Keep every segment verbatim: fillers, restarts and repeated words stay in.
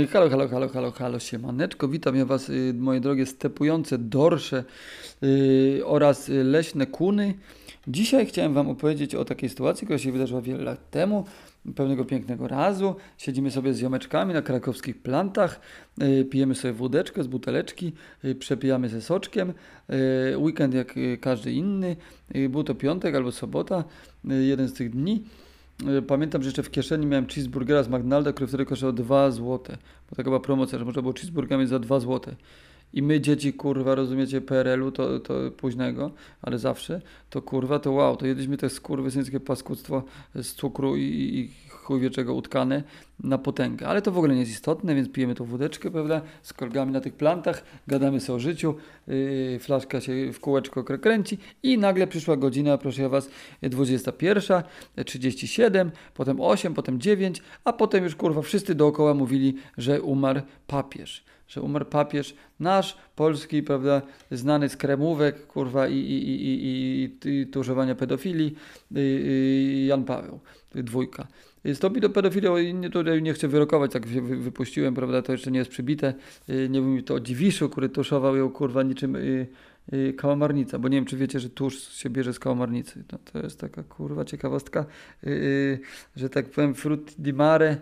Yy, Halo, halo, halo, halo, halo, siemaneczko, witam ja was, yy, moje drogie stepujące dorsze yy, oraz yy, leśne kuny. Dzisiaj chciałem wam opowiedzieć o takiej sytuacji, która się wydarzyła wiele lat temu. Pewnego pięknego razu siedzimy sobie z ziomeczkami na krakowskich plantach, yy, pijemy sobie wódeczkę z buteleczki, yy, przepijamy ze soczkiem. Yy, weekend jak yy, każdy inny, yy, był to piątek albo sobota, yy, jeden z tych dni. Pamiętam, że jeszcze w kieszeni miałem cheeseburgera z McDonalda, który wtedy kosztował dwa złote. Bo taka była promocja, że można było cheeseburgera mieć za dwa złote. I my dzieci, kurwa, rozumiecie, P R L u, to, to późnego, ale zawsze, to kurwa, to wow, to jedliśmy te skurwysyńskie paskudztwo z cukru i, i chuj wie czego utkane na potęgę. Ale to w ogóle nie jest istotne, więc pijemy tą wódeczkę, prawda, z kolegami na tych plantach, gadamy sobie o życiu, yy, flaszka się w kółeczko kręci i nagle przyszła godzina, proszę ja was, dwudziesta pierwsza trzydzieści siedem, potem osiem, potem dziewięć, a potem już kurwa wszyscy dookoła mówili, że umarł papież. Że umarł papież, nasz polski, prawda, znany z kremówek, kurwa, i, i, i, i, i, i tużowania pedofilii, i, i Jan Paweł, dwójka. Stopi do pedofilii, nie, tutaj nie chcę wyrokować, tak wy, wypuściłem, prawda, to jeszcze nie jest przybite, nie wiem, to o Dziwiszu, który tuszował ją, kurwa, niczym y, y, kałamarnica, bo nie wiem, czy wiecie, że tusz się bierze z kałamarnicy. No, to jest taka, kurwa, ciekawostka, y, y, że tak powiem, fruit di mare,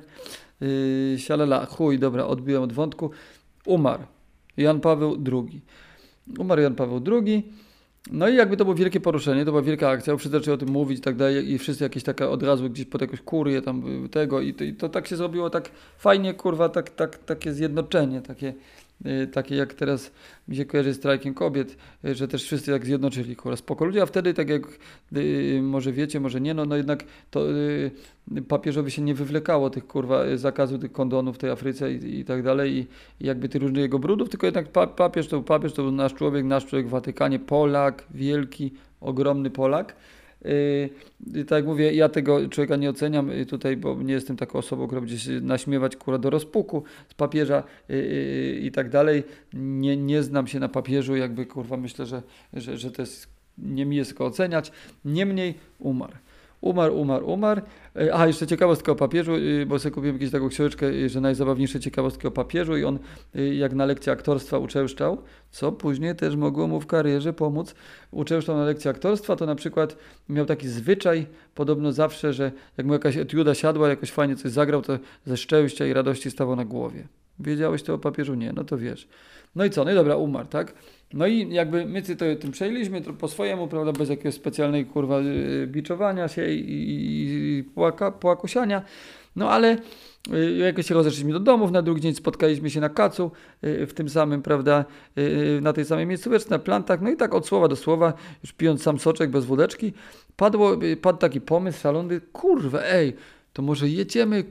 y, sialala, chuj, dobra, odbiłem od wątku. Umarł Jan Paweł drugi. Umarł Jan Paweł drugi. No i jakby to było wielkie poruszenie, to była wielka akcja, wszyscy zaczęli o tym mówić i tak dalej i wszyscy jakieś takie odrazły gdzieś pod jakąś kurię tam tego i to, i to tak się zrobiło tak fajnie, kurwa, tak, tak, takie zjednoczenie, takie, yy, takie jak teraz mi się kojarzy z strajkiem kobiet, yy, że też wszyscy jak zjednoczyli, kurwa, spoko ludzie, a wtedy tak jak yy, może wiecie, może nie, no, no jednak to yy, papieżowi się nie wywlekało tych, kurwa, zakazu tych kondonów w tej Afryce i, i tak dalej i, i jakby tych różnych jego brudów, tylko jednak pa, papież to był papież, to był nasz człowiek, nasz człowiek w Watykanie, Polak, wielki, ogromny Polak. Yy, tak jak mówię, ja tego człowieka nie oceniam yy, tutaj, bo nie jestem taką osobą, która będzie się naśmiewać, kurwa, do rozpuku z papieża yy, yy, i tak dalej. Nie, nie znam się na papieżu, jakby, kurwa, myślę, że, że, że to jest, nie mi jest go oceniać. Niemniej umarł. Umarł, umarł, umarł. A, jeszcze ciekawostka o papieżu, bo sobie kupiłem jakąś taką książkę, że najzabawniejsze ciekawostki o papieżu i on jak na lekcji aktorstwa uczęszczał, co później też mogło mu w karierze pomóc. Uczęszczał na lekcji aktorstwa, to na przykład miał taki zwyczaj, podobno zawsze, że jak mu jakaś etiuda siadła, jakoś fajnie coś zagrał, to ze szczęścia i radości stawał na głowie. Wiedziałeś to o papieżu? Nie, no to wiesz. No i co? No i dobra, umarł, tak? No i jakby my to tym przejęliśmy to po swojemu, prawda, bez jakiegoś specjalnej, kurwa, biczowania się i, i, i płaka, płakusiania. No ale y, jakoś się rozeszliśmy do domów, na drugi dzień spotkaliśmy się na kacu, y, w tym samym, prawda, y, na tej samej miejscóweczce, na plantach. No i tak od słowa do słowa, już pijąc sam soczek bez wódeczki, padło, y, padł taki pomysł szalony, kurwa, ej, to może jedziemy,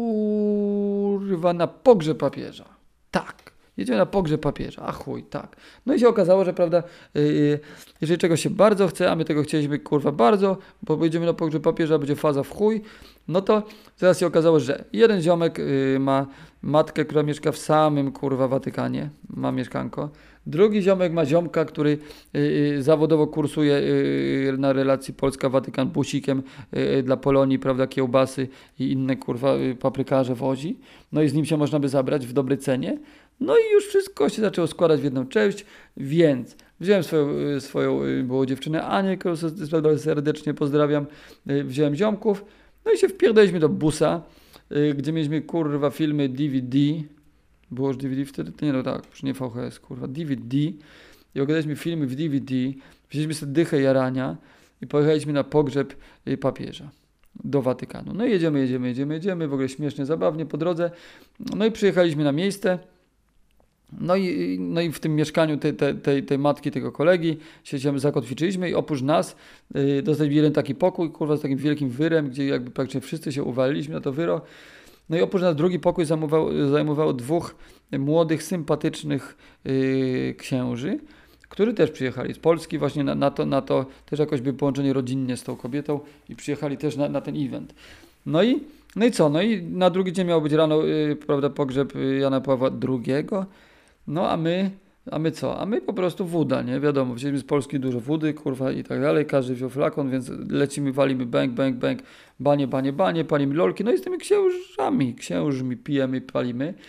kurwa, na pogrzeb papieża. Tak. Jedziemy na pogrzeb papieża, a chuj, tak. No i się okazało, że prawda, yy, jeżeli czegoś się bardzo chce, a my tego chcieliśmy, kurwa, bardzo, bo jedziemy na pogrzeb papieża, będzie faza w chuj, no to zaraz się okazało, że jeden ziomek yy, ma matkę, która mieszka w samym, kurwa, Watykanie, ma mieszkanko. Drugi ziomek ma ziomka, który yy, zawodowo kursuje yy, na relacji Polska-Watykan busikiem yy, dla Polonii, prawda, kiełbasy i inne, kurwa, yy, paprykarze wozi. No i z nim się można by zabrać w dobrej cenie. No i już wszystko się zaczęło składać w jedną część, więc wziąłem swoją, swoją było dziewczynę Anię, którą serdecznie pozdrawiam, wziąłem ziomków, no i się wpierdaliśmy do busa, gdzie mieliśmy, kurwa, filmy D V D, było już D V D wtedy? Nie, no tak, już nie V H S, kurwa, D V D i oglądaliśmy filmy w D V D, wzięliśmy sobie dychę jarania i pojechaliśmy na pogrzeb papieża do Watykanu. No i jedziemy, jedziemy, jedziemy, jedziemy, w ogóle śmiesznie, zabawnie po drodze, no i przyjechaliśmy na miejsce. No i, no i w tym mieszkaniu tej, tej, tej, tej matki, tego kolegi się zakotwiczyliśmy i oprócz nas yy, dostaliśmy jeden taki pokój, kurwa, z takim wielkim wyrem, gdzie jakby praktycznie wszyscy się uwaliliśmy na to wyro. No i oprócz nas drugi pokój zajmował, zajmowało dwóch młodych, sympatycznych yy, księży, którzy też przyjechali z Polski właśnie na, na, to, na to, też jakoś by połączenie rodzinnie z tą kobietą i przyjechali też na, na ten event. No i, no i co? No i na drugi dzień miał być rano, yy, prawda, pogrzeb Jana Pawła drugiego. No a my, a my co? A my po prostu woda, nie? Wiadomo, wzięliśmy z Polski dużo wody, kurwa i tak dalej, każdy wziął flakon, więc lecimy, walimy bang, bang, bang, banie, banie, banie, palimy lolki, no i z tymi księżami, księżmi pijemy, palimy.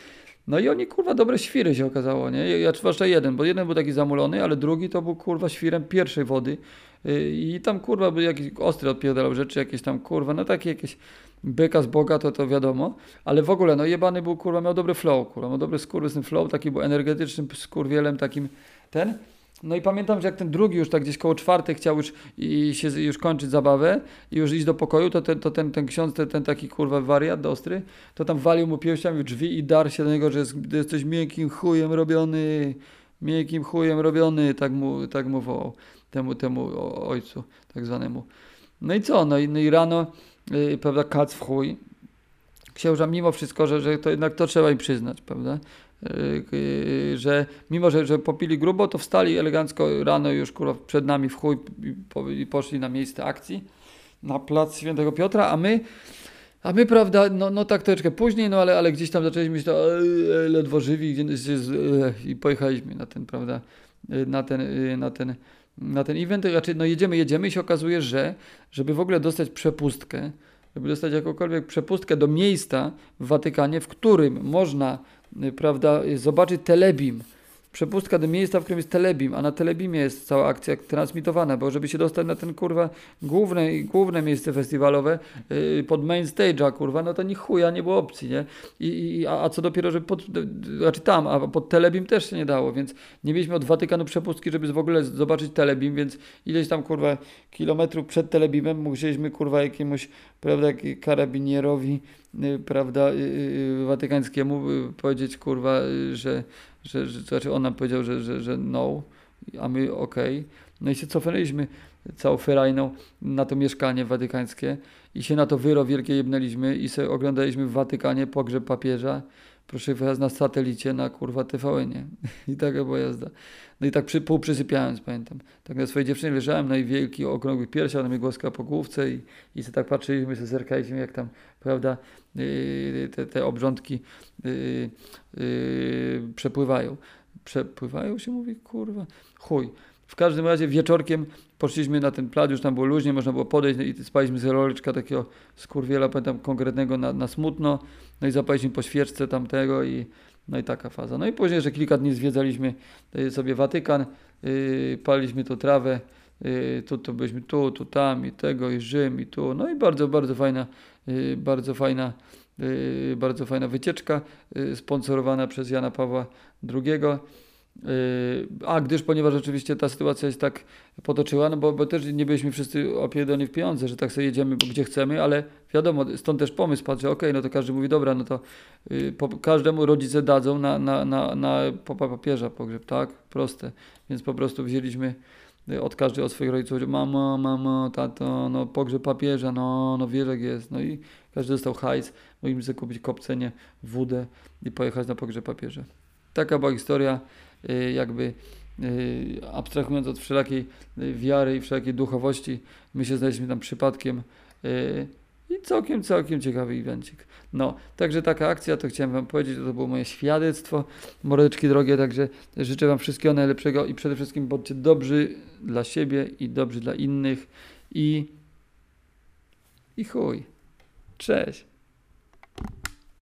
No i oni, kurwa, dobre świry się okazało, nie? Ja zwłaszcza jeden, bo jeden był taki zamulony, ale drugi to był, kurwa, świrem pierwszej wody. Yy, I tam, kurwa, był jakiś ostry odpierdalał rzeczy, jakieś tam, kurwa, no takie jakieś byka z Boga, to to wiadomo. Ale w ogóle, no jebany był, kurwa, miał dobry flow, kurwa, miał dobry skurwysyn flow, taki był energetycznym skurwielem, takim ten. No i pamiętam, że jak ten drugi już tak gdzieś koło czwartej chciał już i się już kończyć zabawę i już iść do pokoju, to ten, to ten, ten ksiądz, ten, ten taki kurwa wariat ostry, to tam walił mu pięściami w drzwi i dar się do niego, że jest, jesteś miękkim chujem robiony, miękkim chujem robiony, tak mu, tak mu wołał, temu, temu ojcu tak zwanemu. No i co? No i, no i rano, yy, prawda, kac w chuj. Księża mimo wszystko, że, że to jednak to trzeba im przyznać, prawda? Yy, że mimo, że, że popili grubo, to wstali elegancko rano już kurwa przed nami w chuj i, po, i poszli na miejsce akcji, na plac Świętego Piotra, a my, a my prawda, no, no tak troszeczkę później, no ale, ale gdzieś tam zaczęliśmy się to e, e, ledwo żywi gdzie, e, i pojechaliśmy na ten, prawda, na ten, e, na ten, na ten event, raczej no jedziemy, jedziemy i się okazuje, że żeby w ogóle dostać przepustkę, żeby dostać jakąkolwiek przepustkę do miejsca w Watykanie, w którym można, prawda, zobaczyć Telebim. Przepustka do miejsca, w którym jest Telebim, a na Telebimie jest cała akcja transmitowana, bo żeby się dostać na ten, kurwa, główne, główne miejsce festiwalowe yy, pod main stage'a, kurwa, no to ni chuja nie było opcji, nie? I, i, a, a co dopiero, że pod, znaczy tam, a pod Telebim też się nie dało, więc nie mieliśmy od Watykanu przepustki, żeby w ogóle zobaczyć Telebim, więc ileś tam, kurwa, kilometrów przed Telebimem musieliśmy, kurwa, jakiemuś, prawda, karabinierowi, yy, prawda, yy, watykańskiemu yy, powiedzieć, kurwa, yy, że Że, że, znaczy on nam powiedział, że, że, że no, a my okej. Okay. No i się cofnęliśmy całą ferajną na to mieszkanie watykańskie i się na to wyro wielkie jebnęliśmy i sobie oglądaliśmy w Watykanie pogrzeb papieża. Proszę wyjazd na satelicie na kurwa T V N-ie. I taka była jazda. No i tak przy, pół przysypiając, pamiętam. Tak na swojej dziewczynie leżałem, no i wielki okrągły piersi, ona mnie głaskała po główce i, i sobie tak patrzyliśmy, sobie zerkaliśmy jak tam, prawda, yy, te, te obrządki yy, yy, przepływają. Przepływają się mówi, kurwa, chuj. W każdym razie wieczorkiem poszliśmy na ten plac, już tam było luźnie, można było podejść, no i spaliśmy z roleczka takiego skurwiela, pamiętam, konkretnego na, na smutno, no i zapaliśmy po świeczce tamtego i no i taka faza. No i później, że kilka dni zwiedzaliśmy sobie Watykan, yy, paliliśmy tu trawę, yy, tu, tu byliśmy tu, tu, tam i tego, i Rzym, i tu, no i bardzo, bardzo fajna, yy, bardzo fajna, yy, bardzo fajna wycieczka, yy, sponsorowana przez Jana Pawła drugiego. A gdyż, ponieważ oczywiście ta sytuacja jest tak potoczyła, no bo, bo też nie byliśmy wszyscy opierdoleni w pieniądze, że tak sobie jedziemy, bo gdzie chcemy, ale wiadomo, stąd też pomysł padł, że okej, okay, no to każdy mówi, dobra, no to y, po, każdemu rodzice dadzą na, na, na, na popa papieża pogrzeb, tak? Proste. Więc po prostu wzięliśmy y, od każdej od swoich rodziców, że mamo, mamo, tato, no pogrzeb papieża, no, no wiesz jak jest, no i każdy dostał hajs, mogliśmy sobie kupić kopcenie, wódę i pojechać na pogrzeb papieża. Taka była historia, jakby abstrahując od wszelakiej wiary i wszelakiej duchowości, my się znaleźliśmy tam przypadkiem i całkiem, całkiem ciekawy evencik. No, także taka akcja, to chciałem wam powiedzieć, to było moje świadectwo, mordeczki drogie, także życzę wam wszystkiego najlepszego i przede wszystkim bądźcie dobrzy dla siebie i dobrzy dla innych i i chuj. Cześć.